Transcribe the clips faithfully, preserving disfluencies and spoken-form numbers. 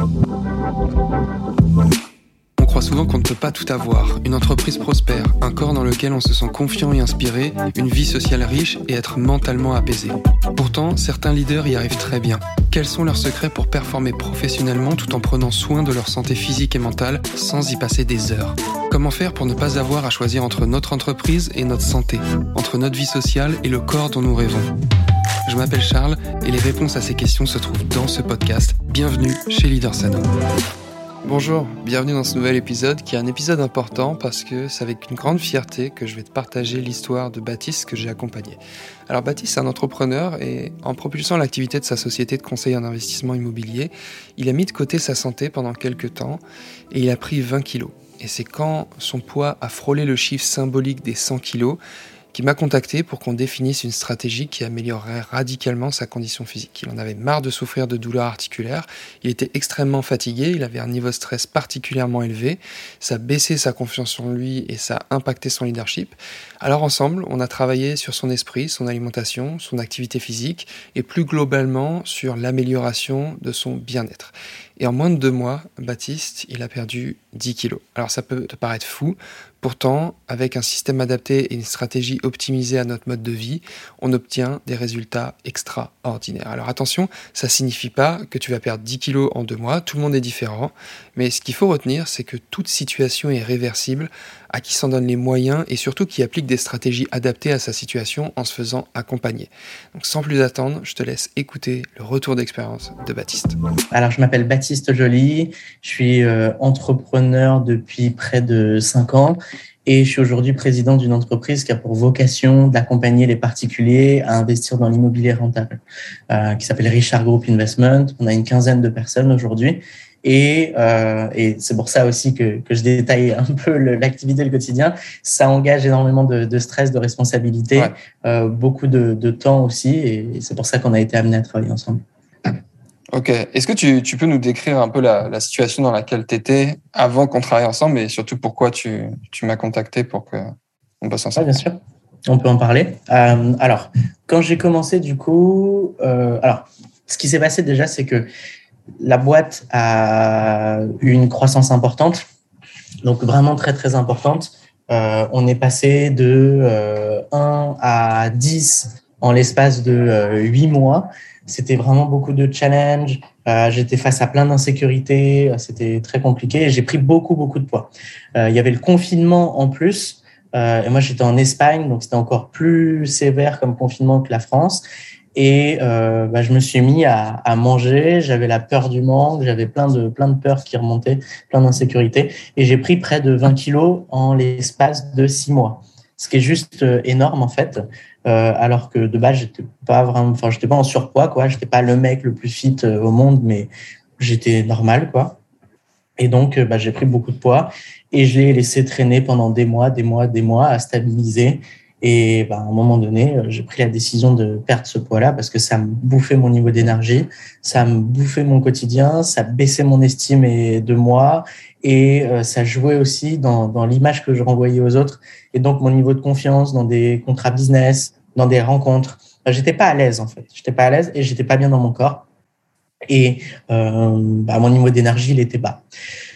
On croit souvent qu'on ne peut pas tout avoir. Une entreprise prospère, un corps dans lequel on se sent confiant et inspiré, une vie sociale riche et être mentalement apaisé. Pourtant, certains leaders y arrivent très bien. Quels sont leurs secrets pour performer professionnellement tout en prenant soin de leur santé physique et mentale sans y passer des heures ? Comment faire pour ne pas avoir à choisir entre notre entreprise et notre santé, entre notre vie sociale et le corps dont nous rêvons ? Je m'appelle Charles et les réponses à ces questions se trouvent dans ce podcast. Bienvenue chez Leader Sano. Bonjour, bienvenue dans ce nouvel épisode qui est un épisode important parce que c'est avec une grande fierté que je vais te partager l'histoire de Baptiste que j'ai accompagné. Alors Baptiste, c'est un entrepreneur et en propulsant l'activité de sa société de conseil en investissement immobilier, il a mis de côté sa santé pendant quelques temps et il a pris vingt kilos. Et c'est quand son poids a frôlé le chiffre symbolique des cent kilos qu'il m'a contacté pour qu'on définisse une stratégie qui améliorerait radicalement sa condition physique. Il en avait marre de souffrir de douleurs articulaires, il était extrêmement fatigué, il avait un niveau de stress particulièrement élevé, ça baissait sa confiance en lui et ça impactait son leadership. Alors ensemble, on a travaillé sur son esprit, son alimentation, son activité physique et plus globalement sur l'amélioration de son bien-être. Et en moins de deux mois, Baptiste, il a perdu dix kilos. Alors ça peut te paraître fou, pourtant, avec un système adapté et une stratégie optimisée à notre mode de vie, on obtient des résultats extraordinaires. Alors attention, ça ne signifie pas que tu vas perdre dix kilos en deux mois, tout le monde est différent, mais ce qu'il faut retenir, c'est que toute situation est réversible à qui s'en donne les moyens et surtout qui applique des stratégies adaptées à sa situation en se faisant accompagner. Donc sans plus attendre, je te laisse écouter le retour d'expérience de Baptiste. Alors je m'appelle Baptiste Joly, je suis euh, entrepreneur depuis près de cinq ans et je suis aujourd'hui président d'une entreprise qui a pour vocation d'accompagner les particuliers à investir dans l'immobilier rentable, euh, qui s'appelle Richard Group Investment. On a une quinzaine de personnes aujourd'hui. Et, euh, et c'est pour ça aussi que, que je détaille un peu le, l'activité, le quotidien. Ça engage énormément de, de stress, de responsabilité, ouais. euh, beaucoup de, de temps aussi. Et c'est pour ça qu'on a été amenés à travailler ensemble. Ok. Est-ce que tu, tu peux nous décrire un peu la, la situation dans laquelle tu étais avant qu'on travaille ensemble et surtout pourquoi tu, tu m'as contacté pour qu'on bosse ensemble ? Oui, bien sûr. On peut en parler. Euh, alors, quand j'ai commencé, du coup, euh, alors, ce qui s'est passé déjà, c'est que la boîte a eu une croissance importante, donc vraiment très, très importante. Euh, on est passé de euh, un à dix en l'espace de euh, huit mois. C'était vraiment beaucoup de challenges. Euh, j'étais face à plein d'insécurités. C'était très compliqué et j'ai pris beaucoup, beaucoup de poids. Euh, il y avait le confinement en plus. Euh, et moi, j'étais en Espagne, donc c'était encore plus sévère comme confinement que la France. Et euh, bah, je me suis mis à, à manger, j'avais la peur du manque, j'avais plein de, plein de peurs qui remontaient, plein d'insécurité. Et j'ai pris près de vingt kilos en l'espace de six mois. Ce qui est juste énorme, en fait. Euh, alors que de base, j'étais pas vraiment, enfin, j'étais pas en surpoids, quoi. J'étais pas le mec le plus fit au monde, mais j'étais normal, quoi. Et donc, bah, j'ai pris beaucoup de poids et je l'ai laissé traîner pendant des mois, des mois, des mois à stabiliser. Et bah, à un moment donné, j'ai pris la décision de perdre ce poids-là parce que ça me bouffait mon niveau d'énergie, ça me bouffait mon quotidien, ça baissait mon estime et de moi et euh, ça jouait aussi dans, dans l'image que je renvoyais aux autres. Et donc, mon niveau de confiance dans des contrats business, dans des rencontres, bah, j'étais pas à l'aise en fait. J'étais pas à l'aise et j'étais pas bien dans mon corps. Et euh, bah, mon niveau d'énergie, il était bas.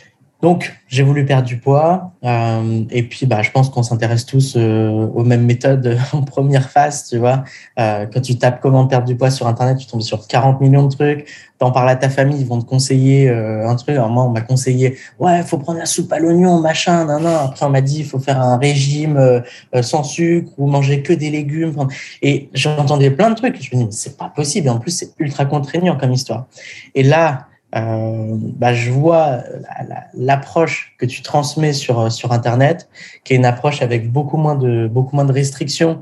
Donc, j'ai voulu perdre du poids euh, et puis bah, je pense qu'on s'intéresse tous euh, aux mêmes méthodes en première phase, tu vois. Euh, quand tu tapes comment perdre du poids sur Internet, tu tombes sur quarante millions de trucs. T'en parles à ta famille, ils vont te conseiller euh, un truc. Alors moi, on m'a conseillé, ouais, faut prendre la soupe à l'oignon, machin, nan, nan. Après, on m'a dit, il faut faire un régime euh, sans sucre ou manger que des légumes. Et j'entendais plein de trucs. Je me dis, mais c'est pas possible. Et en plus, c'est ultra contraignant comme histoire. Et là, Euh, bah, je vois la, la, l'approche que tu transmets sur sur Internet, qui est une approche avec beaucoup moins de beaucoup moins de restrictions,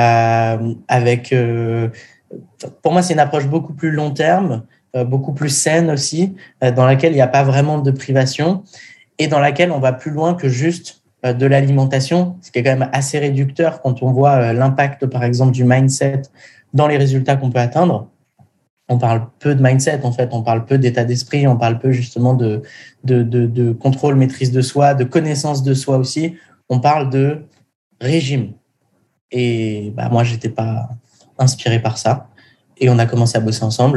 euh, avec euh, pour moi c'est une approche beaucoup plus long terme, euh, beaucoup plus saine aussi, euh, dans laquelle il n'y a pas vraiment de privation et dans laquelle on va plus loin que juste euh, de l'alimentation, ce qui est quand même assez réducteur quand on voit euh, l'impact par exemple du mindset dans les résultats qu'on peut atteindre. On parle peu de mindset, en fait. On parle peu d'état d'esprit. On parle peu, justement, de, de, de, de contrôle, maîtrise de soi, de connaissance de soi aussi. On parle de régime. Et bah, moi, je n'étais pas inspiré par ça. Et on a commencé à bosser ensemble.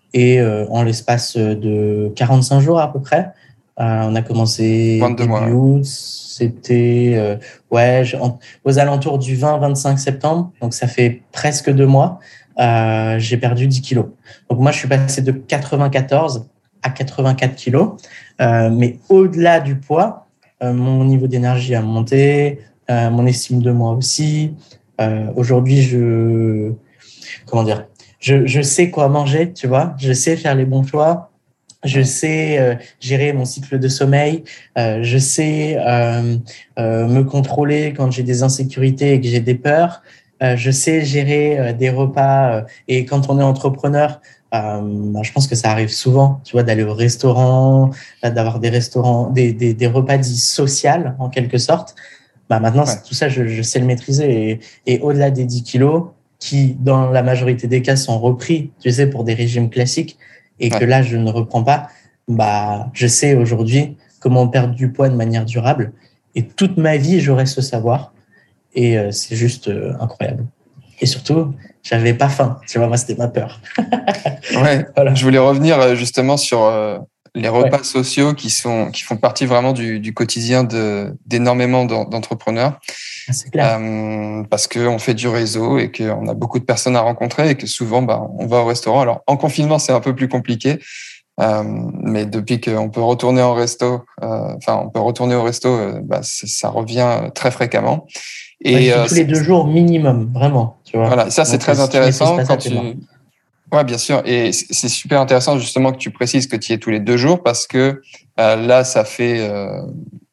Et euh, en l'espace de quarante-cinq jours à peu près, euh, on a commencé début août, c'était euh, ouais, en, aux alentours du vingt vingt-cinq septembre, donc ça fait presque deux mois, euh, j'ai perdu dix kilos. Donc moi, je suis passé de quatre-vingt-quatorze à quatre-vingt-quatre kilos, euh, mais au-delà du poids, euh, mon niveau d'énergie a monté, euh, mon estime de moi aussi. Euh, aujourd'hui, je comment dire, je, je sais quoi manger, tu vois, je sais faire les bons choix. Je sais euh, gérer mon cycle de sommeil, euh, je sais euh, euh, me contrôler quand j'ai des insécurités et que j'ai des peurs, euh, je sais gérer euh, des repas euh, et quand on est entrepreneur, euh, bah, je pense que ça arrive souvent, tu vois, d'aller au restaurant, d'avoir des restaurants, des, des, des repas dits sociaux en quelque sorte. Bah, maintenant, ouais. Tout ça, je, je sais le maîtriser et, et au-delà des dix kilos qui, dans la majorité des cas, sont repris, tu sais, pour des régimes classiques, et que ouais. là, je ne reprends pas, bah, je sais aujourd'hui comment perdre du poids de manière durable. Et toute ma vie, j'aurai ce savoir. Et euh, c'est juste euh, incroyable. Et surtout, j'avais pas faim. Tu vois, moi, c'était ma peur. ouais, voilà. Je voulais revenir justement sur euh, les repas ouais. sociaux qui, sont, qui font partie vraiment du, du quotidien de, d'énormément d'entrepreneurs. Ah, c'est clair. Euh, parce qu'on fait du réseau et qu'on a beaucoup de personnes à rencontrer et que souvent, bah, on va au restaurant. Alors, en confinement, c'est un peu plus compliqué. Euh, mais depuis qu'on peut retourner au resto, euh, enfin, on peut retourner au resto, euh, bah, ça revient très fréquemment. Et ouais, je dis euh, tous les deux jours minimum, vraiment. Tu vois. Voilà, ça, c'est Donc, très si intéressant tu quand tu. Ouais, bien sûr. Et c'est super intéressant justement que tu précises que tu y es tous les deux jours parce que euh, là, ça fait. Euh,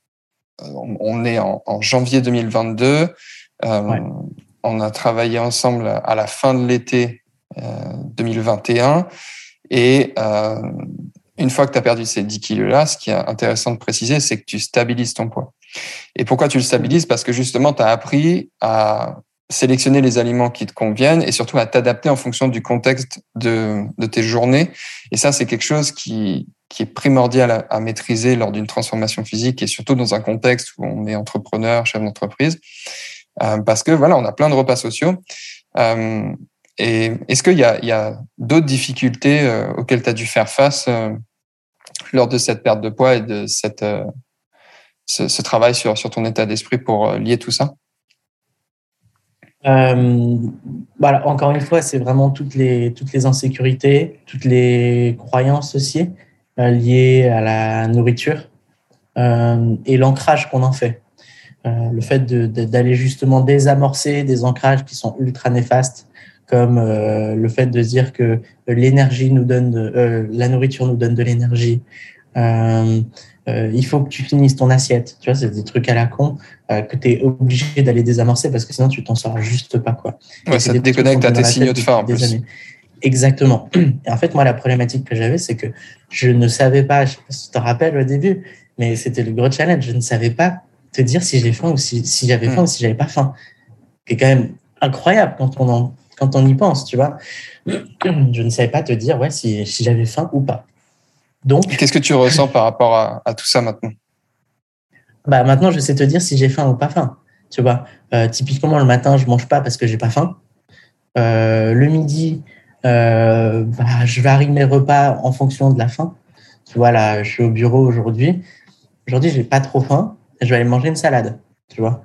on est en, en janvier deux mille vingt-deux. Euh, ouais. On a travaillé ensemble à la fin de l'été euh, deux mille vingt et un. Et euh, une fois que tu as perdu ces dix kilos-là, ce qui est intéressant de préciser, c'est que tu stabilises ton poids. Et pourquoi tu le stabilises ? Parce que justement, tu as appris à sélectionner les aliments qui te conviennent et surtout à t'adapter en fonction du contexte de, de tes journées. Et ça, c'est quelque chose qui, qui est primordial à, à maîtriser lors d'une transformation physique et surtout dans un contexte où on est entrepreneur, chef d'entreprise. Euh, parce que voilà, on a plein de repas sociaux. Euh, et est-ce qu'il y a, il y a d'autres difficultés euh, auxquelles tu as dû faire face euh, lors de cette perte de poids et de cette, euh, ce, ce travail sur, sur ton état d'esprit pour euh, lier tout ça ? Euh, voilà, encore une fois, c'est vraiment toutes les, toutes les insécurités, toutes les croyances aussi euh, liées à la nourriture euh, et l'ancrage qu'on en fait. Euh, le fait de, de, d'aller justement désamorcer des ancrages qui sont ultra néfastes, comme euh, le fait de dire que l'énergie nous donne, de, euh, la nourriture nous donne de l'énergie. Euh, euh, il faut que tu finisses ton assiette. Tu vois, c'est des trucs à la con euh, que tu es obligé d'aller désamorcer parce que sinon tu t'en sors juste pas, quoi. Ouais, ça te déconnecte à tes signaux de faim en plus. Années. Exactement. Et en fait, moi, la problématique que j'avais, c'est que je ne savais pas, je sais pas si tu te rappelles au début, mais c'était le gros challenge. Je ne savais pas te dire si j'ai faim ou si, si j'avais faim mmh. ou si j'avais pas faim. C'est quand même incroyable quand on en, quand on y pense, tu vois. Je ne savais pas te dire ouais, si, si j'avais faim ou pas. Donc, qu'est-ce que tu ressens par rapport à, à tout ça maintenant ? Bah maintenant, je sais te dire si j'ai faim ou pas faim. Tu vois, euh, typiquement le matin, je mange pas parce que j'ai pas faim. Euh, le midi, euh, bah, je varie mes repas en fonction de la faim. Tu vois, là, je suis au bureau aujourd'hui. Aujourd'hui, j'ai pas trop faim. Je vais aller manger une salade. Tu vois,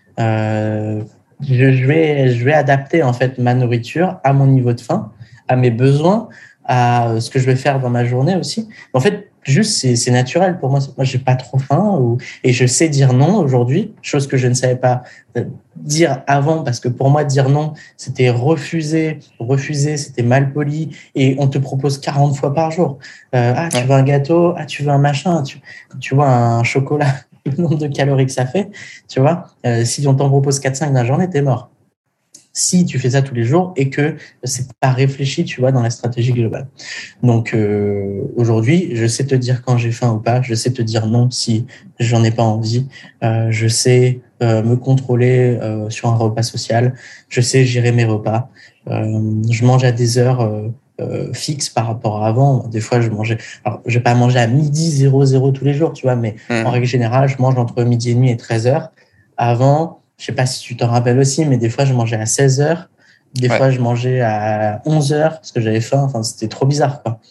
euh, je, je vais, je vais adapter en fait ma nourriture à mon niveau de faim, à mes besoins, à ce que je vais faire dans ma journée aussi. En fait, juste, c'est, c'est naturel pour moi. Moi, j'ai pas trop faim ou, et je sais dire non aujourd'hui, chose que je ne savais pas dire avant parce que pour moi, dire non, c'était refuser. Refuser, c'était mal poli et on te propose quarante fois par jour. Euh, ah, tu ouais. veux un gâteau? Ah, tu veux un machin? Tu, tu vois, un chocolat, le nombre de calories que ça fait, tu vois. Euh, si on t'en propose quatre cinq dans la journée, t'es mort. Si tu fais ça tous les jours et que c'est pas réfléchi, tu vois, dans la stratégie globale. Donc euh, aujourd'hui, je sais te dire quand j'ai faim ou pas, je sais te dire non si j'en ai pas envie, euh, je sais euh, me contrôler euh, sur un repas social, je sais gérer mes repas, euh, je mange à des heures euh, euh, fixes par rapport à avant. Des fois, je mangeais, alors je vais pas manger à midi zéro zéro tous les jours, tu vois, mais mmh. en règle générale, je mange entre midi et demi et treize heures. Avant, je sais pas si tu t'en rappelles aussi, mais des fois, je mangeais à seize heures Des ouais. fois, je mangeais à onze heures parce que j'avais faim. Enfin, c'était trop bizarre, quoi.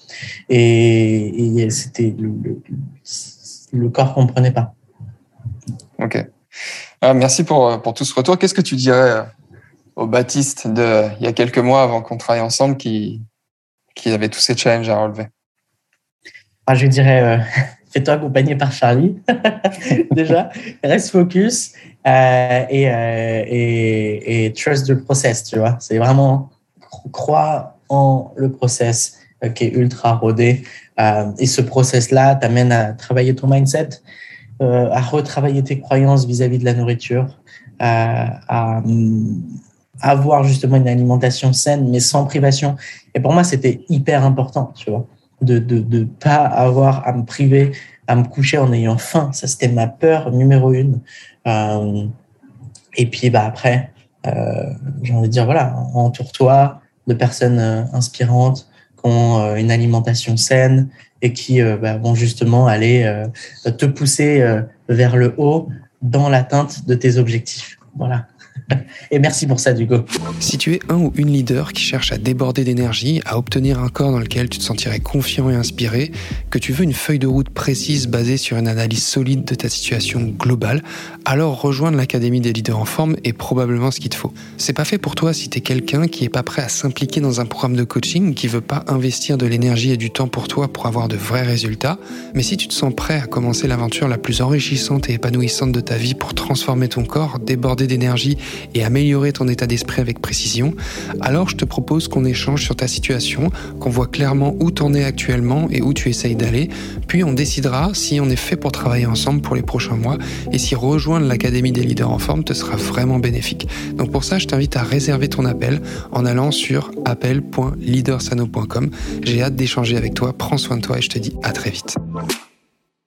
Et, et c'était le, le, le corps comprenait pas. Ok. Ah, merci pour, pour tout ce retour. Qu'est-ce que tu dirais au Baptiste de il y a quelques mois avant qu'on travaille ensemble qui, qui avait tous ces challenges à relever? Ah, je dirais, euh, fais-toi accompagner par Charlie. Déjà, reste focus euh, et, euh, et, et trust the process, tu vois. C'est vraiment croire en le process euh, qui est ultra rodé. Euh, et ce process-là t'amène à travailler ton mindset, euh, à retravailler tes croyances vis-à-vis de la nourriture, à, à, à avoir justement une alimentation saine, mais sans privation. Et pour moi, c'était hyper important, tu vois. de de de pas avoir à me priver, à me coucher en ayant faim. Ça, c'était ma peur numéro une. Euh, et puis, bah après, euh, j'ai envie de dire, voilà, entoure-toi de personnes euh, inspirantes qui ont euh, une alimentation saine et qui euh, bah, vont justement aller euh, te pousser euh, vers le haut dans l'atteinte de tes objectifs. Voilà. Et merci pour ça, Hugo. Si tu es un ou une leader qui cherche à déborder d'énergie, à obtenir un corps dans lequel tu te sentirais confiant et inspiré, que tu veux une feuille de route précise basée sur une analyse solide de ta situation globale, alors rejoindre l'Académie des leaders en forme est probablement ce qu'il te faut. C'est pas fait pour toi si t'es quelqu'un qui est pas prêt à s'impliquer dans un programme de coaching, qui veut pas investir de l'énergie et du temps pour toi pour avoir de vrais résultats, mais si tu te sens prêt à commencer l'aventure la plus enrichissante et épanouissante de ta vie pour transformer ton corps, déborder d'énergie et améliorer ton état d'esprit avec précision, alors je te propose qu'on échange sur ta situation, qu'on voit clairement où t'en es actuellement et où tu essayes d'aller, puis on décidera si on est fait pour travailler ensemble pour les prochains mois et si rejoindre l'Académie des leaders en forme te sera vraiment bénéfique. Donc pour ça, je t'invite à réserver ton appel en allant sur appel point leadersano point com. J'ai hâte d'échanger avec toi, prends soin de toi et je te dis à très vite.